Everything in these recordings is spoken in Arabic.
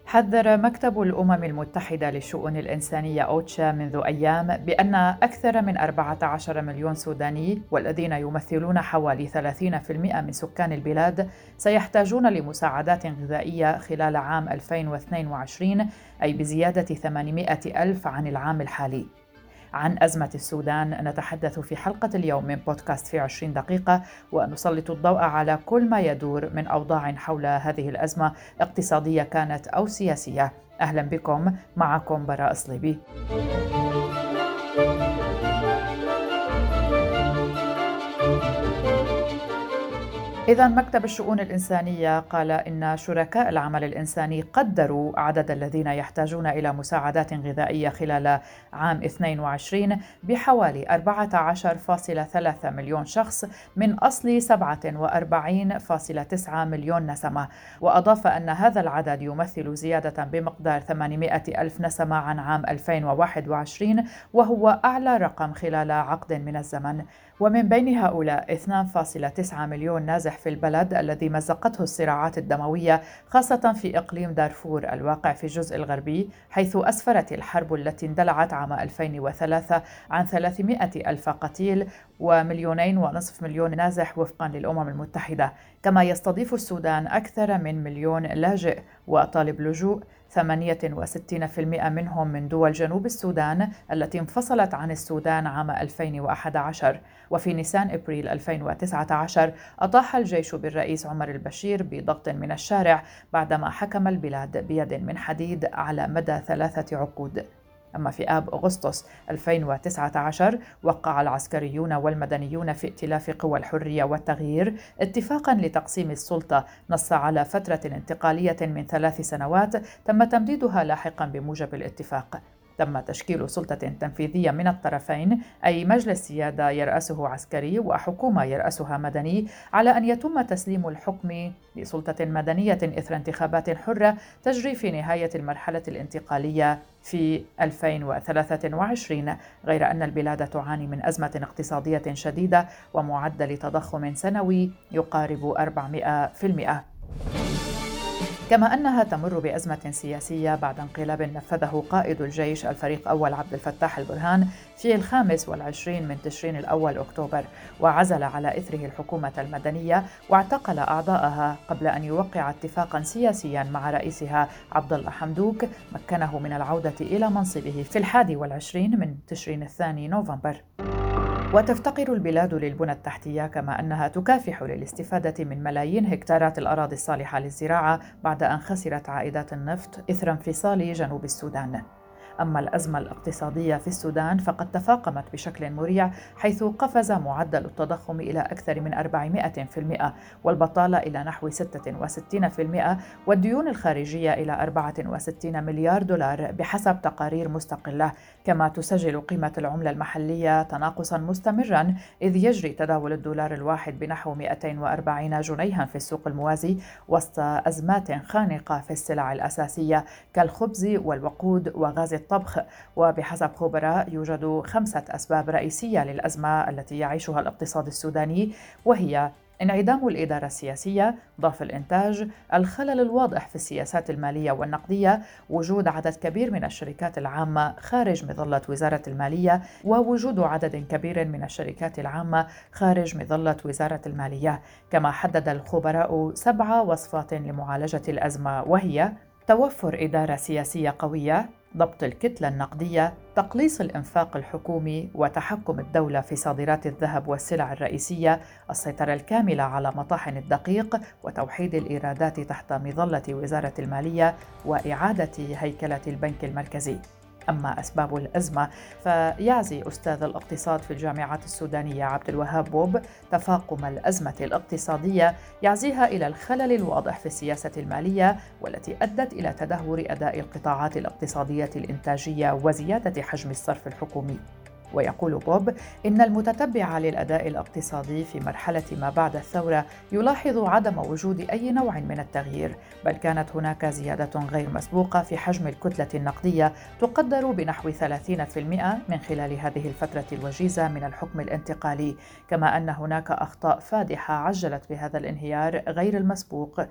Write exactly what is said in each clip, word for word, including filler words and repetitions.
حذر مكتب الأمم المتحدة للشؤون الإنسانية أوتشا منذ أيام بأن أكثر من أربعة عشر مليون سوداني والذين يمثلون حوالي ثلاثين بالمئة من سكان البلاد سيحتاجون لمساعدات غذائية خلال عام ألفين واثنين وعشرين، أي بزيادة ثمانمائة ألف عن العام الحالي. عن أزمة السودان نتحدث في حلقة اليوم من بودكاست في عشرين دقيقة، ونسلط الضوء على كل ما يدور من أوضاع حول هذه الأزمة، اقتصادية كانت أو سياسية. أهلا بكم، معكم براء صليبي. إذا مكتب الشؤون الإنسانية قال إن شركاء العمل الإنساني قدروا عدد الذين يحتاجون إلى مساعدات غذائية خلال عام اثنين وعشرين بحوالي أربعة عشر فاصلة ثلاثة مليون شخص من أصل سبعة وأربعين فاصلة تسعة مليون نسمة، وأضاف أن هذا العدد يمثل زيادة بمقدار ثمانمائة ألف نسمة عن عام ألفين وواحد وعشرين، وهو أعلى رقم خلال عقد من الزمن. ومن بين هؤلاء اثنين فاصلة تسعة مليون نازح في البلد الذي مزقته الصراعات الدموية، خاصة في إقليم دارفور الواقع في الجزء الغربي، حيث أسفرت الحرب التي اندلعت عام ألفين وثلاثة عن ثلاثمائة ألف قتيل ومليونين ونصف مليون نازح وفقا للأمم المتحدة. كما يستضيف السودان أكثر من مليون لاجئ وطالب لجوء، ثمانية وستين بالمئة منهم من دول جنوب السودان التي انفصلت عن السودان عام ألفين وأحد عشر. وفي نيسان أبريل ألفين وتسعة عشر أطاح الجيش بالرئيس عمر البشير بضغط من الشارع بعدما حكم البلاد بيد من حديد على مدى ثلاثة عقود. أما في آب أغسطس ألفين وتسعة عشر وقع العسكريون والمدنيون في ائتلاف قوى الحرية والتغيير اتفاقاً لتقسيم السلطة نص على فترة انتقالية من ثلاث سنوات تم تمديدها لاحقاً بموجب الاتفاق. تم تشكيل سلطة تنفيذية من الطرفين، أي مجلس سيادة يرأسه عسكري وحكومة يرأسها مدني، على أن يتم تسليم الحكم لسلطة مدنية إثر انتخابات حرة تجري في نهاية المرحلة الانتقالية في ألفين وثلاثة وعشرين، غير أن البلاد تعاني من أزمة اقتصادية شديدة ومعدل تضخم سنوي يقارب أربعمائة بالمئة. كما أنها تمر بأزمة سياسية بعد انقلاب نفذه قائد الجيش الفريق أول عبد الفتاح البرهان في الخامس والعشرين من تشرين الأول أكتوبر، وعزل على إثره الحكومة المدنية واعتقل أعضاءها قبل أن يوقع اتفاقا سياسيا مع رئيسها عبد الله حمدوك مكنه من العودة إلى منصبه في الحادي والعشرين من تشرين الثاني نوفمبر. وتفتقر البلاد للبنى التحتية، كما أنها تكافح للاستفادة من ملايين هكتارات الأراضي الصالحة للزراعة بعد أن خسرت عائدات النفط إثر انفصال جنوب السودان. أما الأزمة الاقتصادية في السودان فقد تفاقمت بشكل مريع، حيث قفز معدل التضخم إلى أكثر من أربعمائة بالمئة، والبطالة إلى نحو ستة وستين بالمئة، والديون الخارجية إلى أربعة وستين مليار دولار بحسب تقارير مستقلة. كما تسجل قيمة العملة المحلية تناقصاً مستمراً، إذ يجري تداول الدولار الواحد بنحو مئتين وأربعين جنيها في السوق الموازي، وسط أزمات خانقة في السلع الأساسية كالخبز والوقود وغاز الطبخ. وبحسب خبراء يوجد خمسة أسباب رئيسية للأزمة التي يعيشها الاقتصاد السوداني، وهي انعدام الإدارة السياسية، ضعف الإنتاج، الخلل الواضح في السياسات المالية والنقدية، وجود عدد كبير من الشركات العامة خارج مظلة وزارة المالية، ووجود عدد كبير من الشركات العامة خارج مظلة وزارة المالية. كما حدد الخبراء سبع وصفات لمعالجة الأزمة، وهي توفر إدارة سياسية قوية، ضبط الكتلة النقدية، تقليص الإنفاق الحكومي وتحكم الدولة في صادرات الذهب والسلع الرئيسية، السيطرة الكاملة على مطاحن الدقيق، وتوحيد الإيرادات تحت مظلة وزارة المالية، وإعادة هيكلة البنك المركزي. أما أسباب الأزمة فيعزي أستاذ الاقتصاد في الجامعات السودانية عبد الوهاب بوب تفاقم الأزمة الاقتصادية، يعزيها إلى الخلل الواضح في السياسة المالية والتي أدت إلى تدهور أداء القطاعات الاقتصادية الإنتاجية وزيادة حجم الصرف الحكومي. ويقول بوب إن المتتبع للأداء الاقتصادي في مرحلة ما بعد الثورة يلاحظ عدم وجود أي نوع من التغيير، بل كانت هناك زيادة غير مسبوقة في حجم الكتلة النقدية تقدر بنحو ثلاثين بالمئة من خلال هذه الفترة الوجيزة من الحكم الانتقالي، كما أن هناك أخطاء فادحة عجلت بهذا الانهيار غير المسبوق.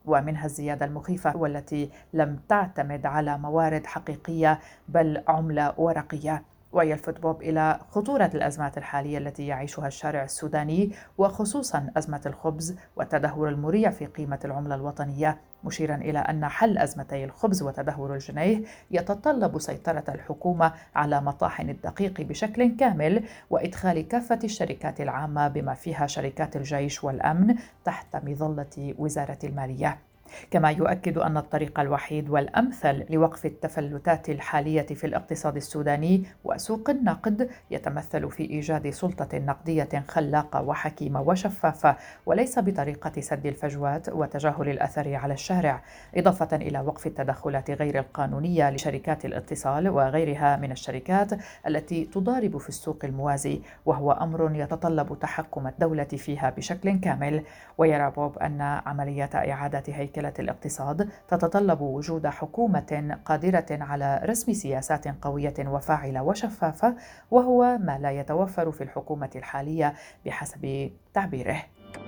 ومنها الزيادة المخيفة والتي لم تعتمد على موارد حقيقية بل عملة ورقية. ويلفت بوب إلى خطورة الأزمات الحالية التي يعيشها الشارع السوداني، وخصوصا أزمة الخبز والتدهور المريع في قيمة العملة الوطنية، مشيرا إلى أن حل أزمتي الخبز وتدهور الجنيه يتطلب سيطرة الحكومة على مطاحن الدقيق بشكل كامل، وإدخال كافة الشركات العامة بما فيها شركات الجيش والأمن تحت مظلة وزارة المالية. كما يؤكد أن الطريق الوحيد والأمثل لوقف التفلتات الحالية في الاقتصاد السوداني وسوق النقد يتمثل في إيجاد سلطة نقدية خلاقة وحكيمة وشفافة، وليس بطريقة سد الفجوات وتجاهل الأثر على الشارع، إضافة إلى وقف التدخلات غير القانونية لشركات الاتصال وغيرها من الشركات التي تضارب في السوق الموازي، وهو أمر يتطلب تحكم الدولة فيها بشكل كامل. ويرى بوب أن عملية إعادة هيكلة الاقتصاد تتطلب وجود حكومة قادرة على رسم سياسات قوية وفاعلة وشفافة، وهو ما لا يتوفر في الحكومة الحالية بحسب تعبيره.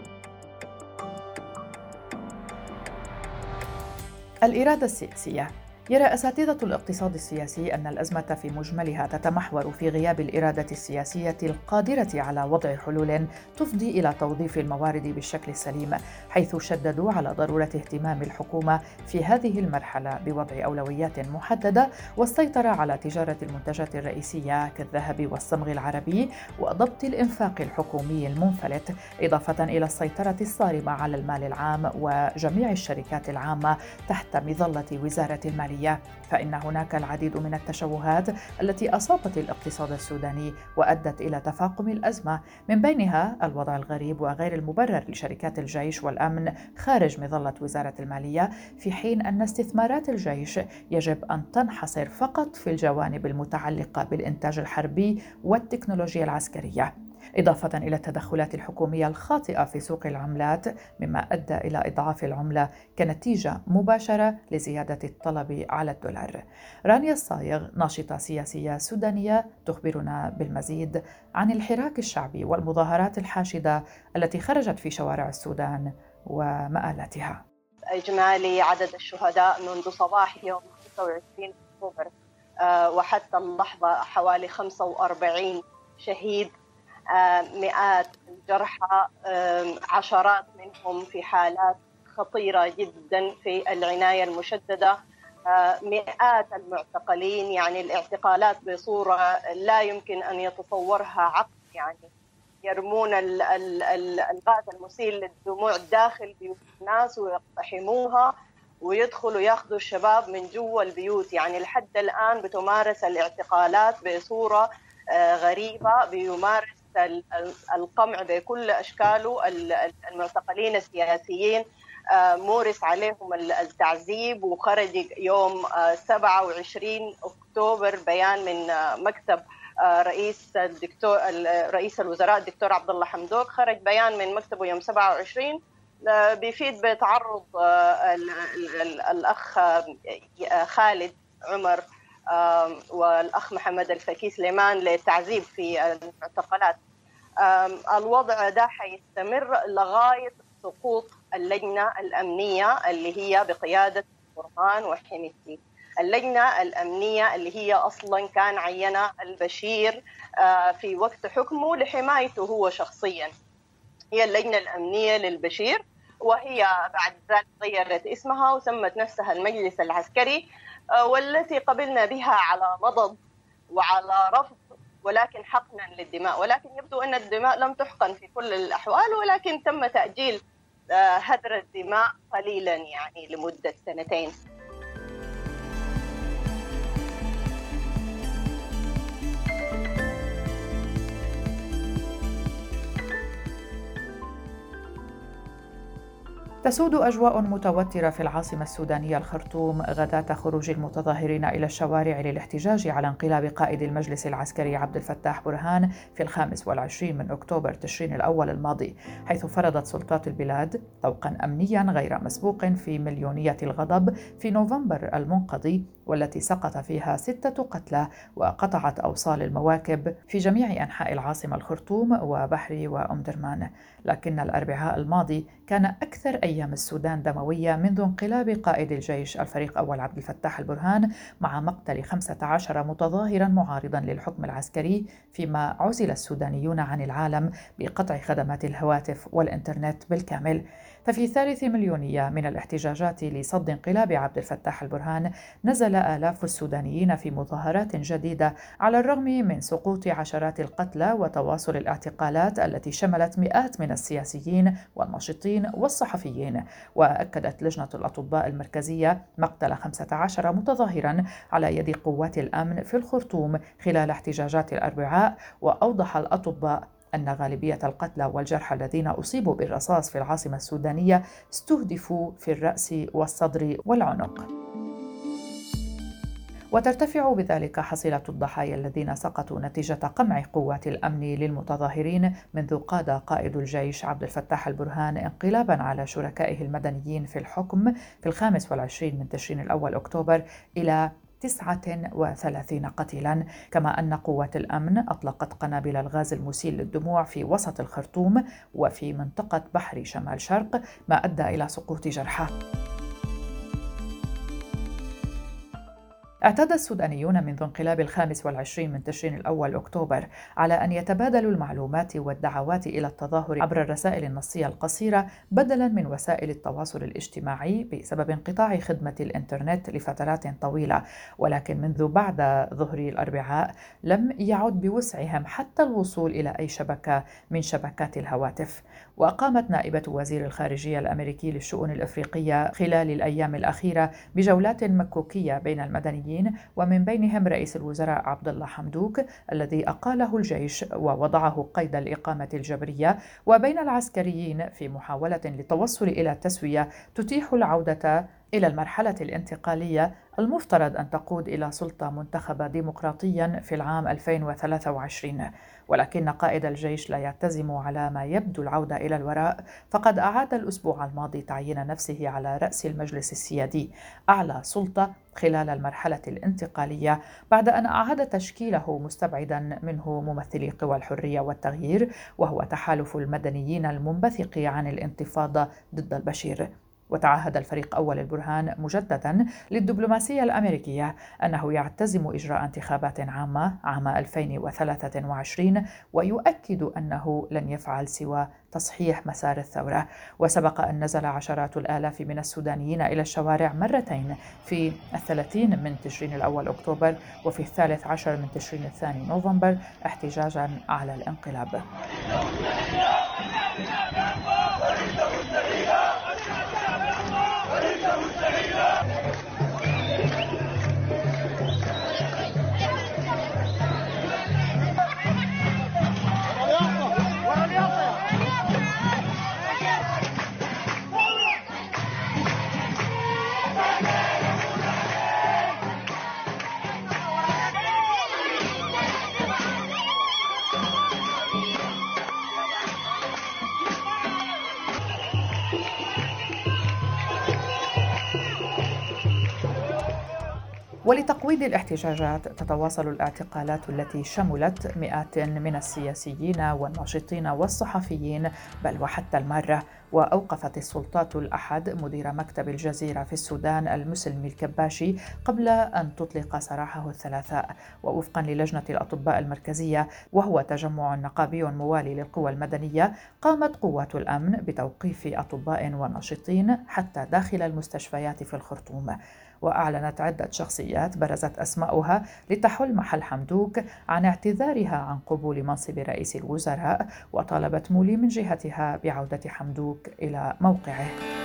الإرادة السياسية. يرى أساتذة الاقتصاد السياسي أن الأزمة في مجملها تتمحور في غياب الإرادة السياسية القادرة على وضع حلول تفضي إلى توظيف الموارد بالشكل السليم، حيث شددوا على ضرورة اهتمام الحكومة في هذه المرحلة بوضع أولويات محددة والسيطرة على تجارة المنتجات الرئيسية كالذهب والصمغ العربي وضبط الإنفاق الحكومي المنفلت، إضافة إلى السيطرة الصارمة على المال العام وجميع الشركات العامة تحت مظلة وزارة المالية. فإن هناك العديد من التشوهات التي أصابت الاقتصاد السوداني وأدت إلى تفاقم الأزمة، من بينها الوضع الغريب وغير المبرر لشركات الجيش والأمن خارج مظلة وزارة المالية، في حين أن استثمارات الجيش يجب أن تنحصر فقط في الجوانب المتعلقة بالإنتاج الحربي والتكنولوجيا العسكرية، إضافة إلى التدخلات الحكومية الخاطئة في سوق العملات، مما أدى إلى إضعاف العملة كنتيجة مباشرة لزيادة الطلب على الدولار. رانيا الصايغ، ناشطة سياسية سودانية، تخبرنا بالمزيد عن الحراك الشعبي والمظاهرات الحاشدة التي خرجت في شوارع السودان ومآلاتها. إجمالي عدد الشهداء منذ صباح يوم خمسة وعشرين أكتوبر وحتى اللحظة حوالي خمسة وأربعين شهيد، مئات الجرحى، عشرات منهم في حالات خطيرة جدا في العناية المشددة، مئات المعتقلين، يعني الاعتقالات بصورة لا يمكن أن يتصورها عقل، يعني يرمون الغاز المسيل للدموع داخل بيوت الناس ويقتحموها ويدخلوا ياخذوا الشباب من جوا البيوت. يعني لحد الآن بتمارس الاعتقالات بصورة غريبة، بيمارس القمع بكل أشكاله. المعتقلين السياسيين مورس عليهم التعذيب. وخرج يوم سبعة وعشرين أكتوبر بيان من مكتب رئيس الدكتور رئيس الوزراء الدكتور عبد الله حمدوك، خرج بيان من مكتبه يوم سبعة وعشرين بيفيد بتعرض الأخ خالد عمر والأخ محمد الفكي سليمان للتعذيب في المعتقلات. الوضع ده حيستمر لغاية سقوط اللجنة الأمنية اللي هي بقيادة برهان وحميدتي. اللجنة الأمنية اللي هي أصلا كان عينها البشير في وقت حكمه لحمايته هو شخصيا، هي اللجنة الأمنية للبشير، وهي بعد ذلك غيرت اسمها وسمت نفسها المجلس العسكري، والتي قبلنا بها على مضض وعلى رفض ولكن حقنا للدماء. ولكن يبدو أن الدماء لم تحقن في كل الأحوال، ولكن تم تأجيل هدر الدماء قليلا يعني لمدة سنتين. تسود أجواء متوترة في العاصمة السودانية الخرطوم غداة خروج المتظاهرين إلى الشوارع للاحتجاج على انقلاب قائد المجلس العسكري عبد الفتاح برهان في الخامس والعشرين من أكتوبر تشرين الأول الماضي، حيث فرضت سلطات البلاد طوقا أمنيا غير مسبوق في مليونية الغضب في نوفمبر المنقضي، والتي سقط فيها ستة قتلى وقطعت أوصال المواكب في جميع أنحاء العاصمة الخرطوم وبحري وأم درمان. لكن الأربعاء الماضي كان أكثر أيام السودان دموية منذ انقلاب قائد الجيش الفريق أول عبد الفتاح البرهان مع مقتل خمسة عشر متظاهرا معارضا للحكم العسكري، فيما عزل السودانيون عن العالم بقطع خدمات الهواتف والإنترنت بالكامل. ففي ثالث مليونية من الاحتجاجات لصد انقلاب عبد الفتاح البرهان نزل آلاف السودانيين في مظاهرات جديدة على الرغم من سقوط عشرات القتلى وتواصل الاعتقالات التي شملت مئات من السياسيين والناشطين والصحفيين. وأكدت لجنة الأطباء المركزية مقتل خمسة عشر متظاهرا على يد قوات الأمن في الخرطوم خلال احتجاجات الأربعاء. وأوضح الأطباء أن غالبية القتلى والجرحى الذين أصيبوا بالرصاص في العاصمة السودانية استهدفوا في الرأس والصدر والعنق. وترتفع بذلك حصيلة الضحايا الذين سقطوا نتيجة قمع قوات الأمن للمتظاهرين منذ قاد قائد الجيش عبد الفتاح البرهان انقلابا على شركائه المدنيين في الحكم في الخامس والعشرين من تشرين الأول أكتوبر إلى تسعة وثلاثين قتيلا، كما أن قوات الأمن أطلقت قنابل الغاز المسيل للدموع في وسط الخرطوم وفي منطقة بحري شمال شرق، ما أدى إلى سقوط جرحى. اعتاد السودانيون منذ انقلاب الخامس والعشرين من تشرين الأول أكتوبر على أن يتبادلوا المعلومات والدعوات إلى التظاهر عبر الرسائل النصية القصيرة بدلاً من وسائل التواصل الاجتماعي بسبب انقطاع خدمة الإنترنت لفترات طويلة. ولكن منذ بعد ظهر الأربعاء لم يعد بوسعهم حتى الوصول إلى أي شبكة من شبكات الهواتف. وقامت نائبة وزير الخارجية الأمريكي للشؤون الأفريقية خلال الأيام الأخيرة بجولات مكوكية بين المدنيين، ومن بينهم رئيس الوزراء عبد الله حمدوك الذي أقاله الجيش ووضعه قيد الإقامة الجبرية، وبين العسكريين في محاولة للتوصل إلى تسوية تتيح العودة إلى المرحلة الانتقالية المفترض أن تقود إلى سلطة منتخبة ديمقراطيا في العام ألفين وثلاثة وعشرين. ولكن قائد الجيش لا يعتزم على ما يبدو العودة إلى الوراء، فقد أعاد الأسبوع الماضي تعيين نفسه على رأس المجلس السيادي أعلى سلطة خلال المرحلة الانتقالية، بعد أن أعاد تشكيله مستبعدا منه ممثلي قوى الحرية والتغيير، وهو تحالف المدنيين المنبثق عن الانتفاضة ضد البشير. وتعهد الفريق أول البرهان مجددا للدبلوماسية الأمريكية أنه يعتزم إجراء انتخابات عامة عام ألفين وثلاثة وعشرين، ويؤكد أنه لن يفعل سوى تصحيح مسار الثورة. وسبق أن نزل عشرات الآلاف من السودانيين إلى الشوارع مرتين في الثلاثين من تشرين الأول أكتوبر وفي الثالث عشر من تشرين الثاني نوفمبر احتجاجا على الانقلاب. ولتقويض الاحتجاجات تتواصل الاعتقالات التي شملت مئات من السياسيين والناشطين والصحفيين بل وحتى المارة. وأوقفت السلطات الأحد مدير مكتب الجزيرة في السودان المسلمي الكباشي قبل أن تطلق سراحه الثلاثاء. ووفقا للجنة الأطباء المركزية، وهو تجمع نقابي موالي للقوى المدنية، قامت قوات الأمن بتوقيف أطباء وناشطين حتى داخل المستشفيات في الخرطوم. وأعلنت عدة شخصيات برزت أسماؤها لتحل محل حمدوك عن اعتذارها عن قبول منصب رئيس الوزراء، وطالبت مولي من جهتها بعودة حمدوك إلى موقعه.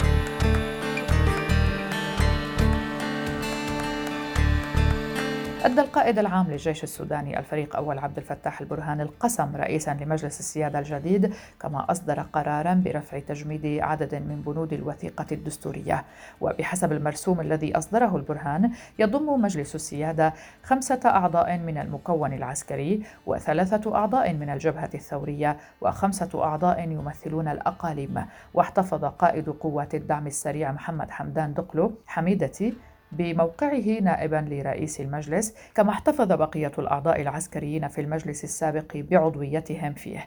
أدى القائد العام للجيش السوداني الفريق أول عبد الفتاح البرهان القسم رئيساً لمجلس السيادة الجديد، كما أصدر قراراً برفع تجميد عدد من بنود الوثيقة الدستورية. وبحسب المرسوم الذي أصدره البرهان، يضم مجلس السيادة خمسة أعضاء من المكون العسكري، وثلاثة أعضاء من الجبهة الثورية، وخمسة أعضاء يمثلون الأقاليم. واحتفظ قائد قوات الدعم السريع محمد حمدان دقلو حميدتي بموقعه نائباً لرئيس المجلس، كما احتفظ بقية الأعضاء العسكريين في المجلس السابق بعضويتهم فيه.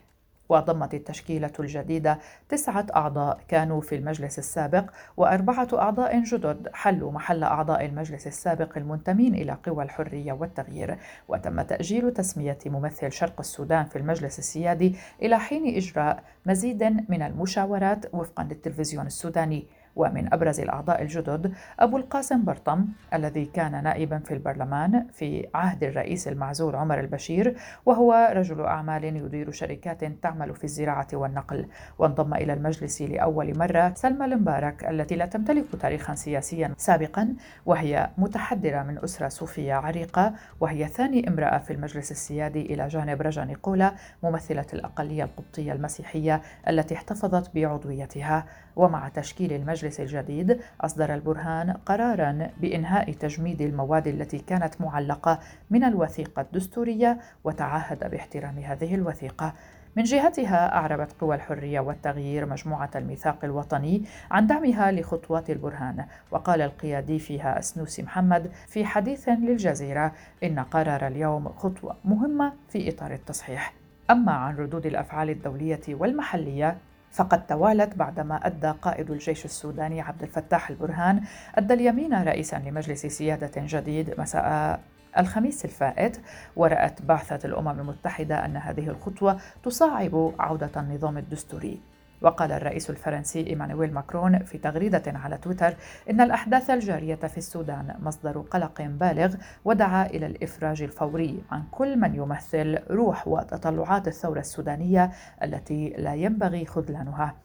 وضمت التشكيلة الجديدة تسعة أعضاء كانوا في المجلس السابق وأربعة أعضاء جدد حلوا محل أعضاء المجلس السابق المنتمين إلى قوى الحرية والتغيير. وتم تأجيل تسمية ممثل شرق السودان في المجلس السيادي إلى حين إجراء مزيد من المشاورات وفقا للتلفزيون السوداني. ومن أبرز الأعضاء الجدد أبو القاسم برطم الذي كان نائبا في البرلمان في عهد الرئيس المعزول عمر البشير، وهو رجل أعمال يدير شركات تعمل في الزراعة والنقل. وانضم إلى المجلس لأول مرة سلمى المبارك التي لا تمتلك تاريخا سياسيا سابقا، وهي متحدرة من أسرة صوفية عريقة، وهي ثاني امرأة في المجلس السيادي إلى جانب رجا نيقولا ممثلة الأقلية القبطية المسيحية التي احتفظت بعضويتها. ومع تشكيل المجلس الجديد أصدر البرهان قراراً بإنهاء تجميد المواد التي كانت معلقة من الوثيقة الدستورية وتعهد باحترام هذه الوثيقة. من جهتها أعربت قوى الحرية والتغيير مجموعة الميثاق الوطني عن دعمها لخطوات البرهان، وقال القيادي فيها السنوسي محمد في حديث للجزيرة إن قرار اليوم خطوة مهمة في إطار التصحيح. أما عن ردود الأفعال الدولية والمحلية فقد توالت بعدما أدى قائد الجيش السوداني عبد الفتاح البرهان أدى اليمين رئيسا لمجلس سيادة جديد مساء الخميس الفائت. ورأت بعثة الأمم المتحدة أن هذه الخطوة تصعب عودة النظام الدستوري. وقال الرئيس الفرنسي إيمانويل ماكرون في تغريدة على تويتر إن الأحداث الجارية في السودان مصدر قلق بالغ، ودعا إلى الإفراج الفوري عن كل من يمثل روح وتطلعات الثورة السودانية التي لا ينبغي خذلانها.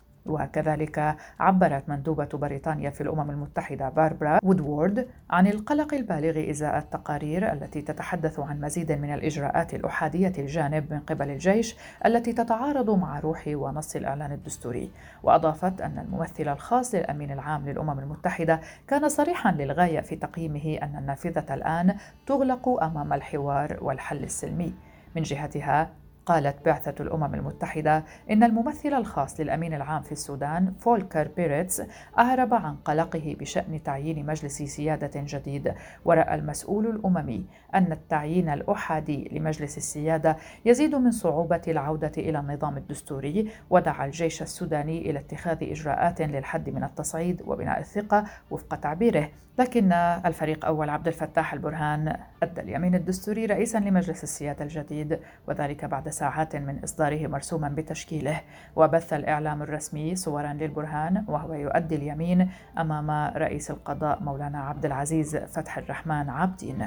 وكذلك عبرت مندوبة بريطانيا في الأمم المتحدة باربرا وودوورد عن القلق البالغ إزاء التقارير التي تتحدث عن مزيد من الإجراءات الأحادية الجانب من قبل الجيش التي تتعارض مع روح ونص الإعلان الدستوري. وأضافت أن الممثل الخاص للأمين العام للأمم المتحدة كان صريحا للغاية في تقييمه أن النافذة الآن تغلق أمام الحوار والحل السلمي. من جهتها قالت بعثة الأمم المتحدة إن الممثل الخاص للأمين العام في السودان فولكر بيريتس أعرب عن قلقه بشأن تعيين مجلس سيادة جديد. ورأى المسؤول الأممي أن التعيين الأحادي لمجلس السيادة يزيد من صعوبة العودة إلى النظام الدستوري، ودعا الجيش السوداني إلى اتخاذ إجراءات للحد من التصعيد وبناء الثقة وفق تعبيره. لكن الفريق أول عبد الفتاح البرهان أدى اليمين الدستوري رئيسا لمجلس السيادة الجديد، وذلك بعد ساعات من إصداره مرسوما بتشكيله. وبث الإعلام الرسمي صورا للبرهان وهو يؤدي اليمين أمام رئيس القضاء مولانا عبد العزيز فتح الرحمن عابدين.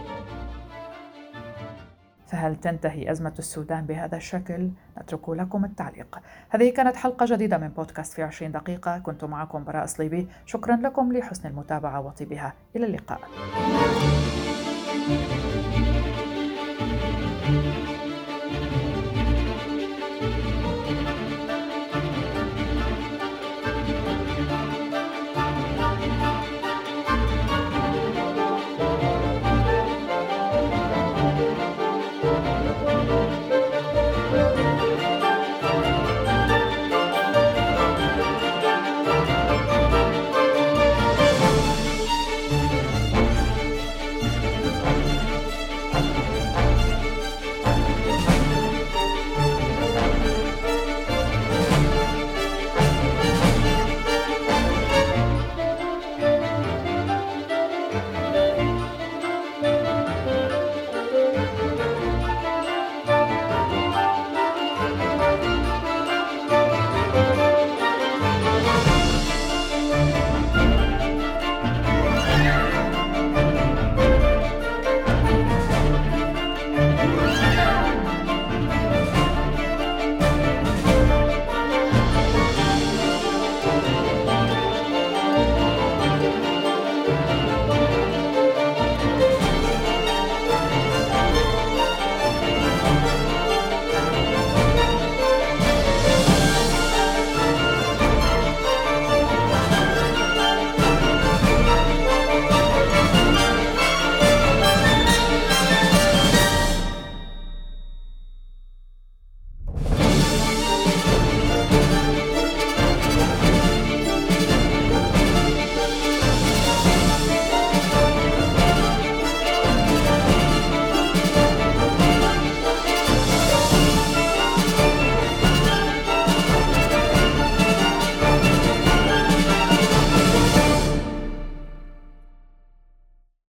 فهل تنتهي أزمة السودان بهذا الشكل؟ نترك لكم التعليق. هذه كانت حلقة جديدة من بودكاست في عشرين دقيقة، كنت معكم براء صليبي، شكرا لكم لحسن المتابعة وطيبها، إلى اللقاء.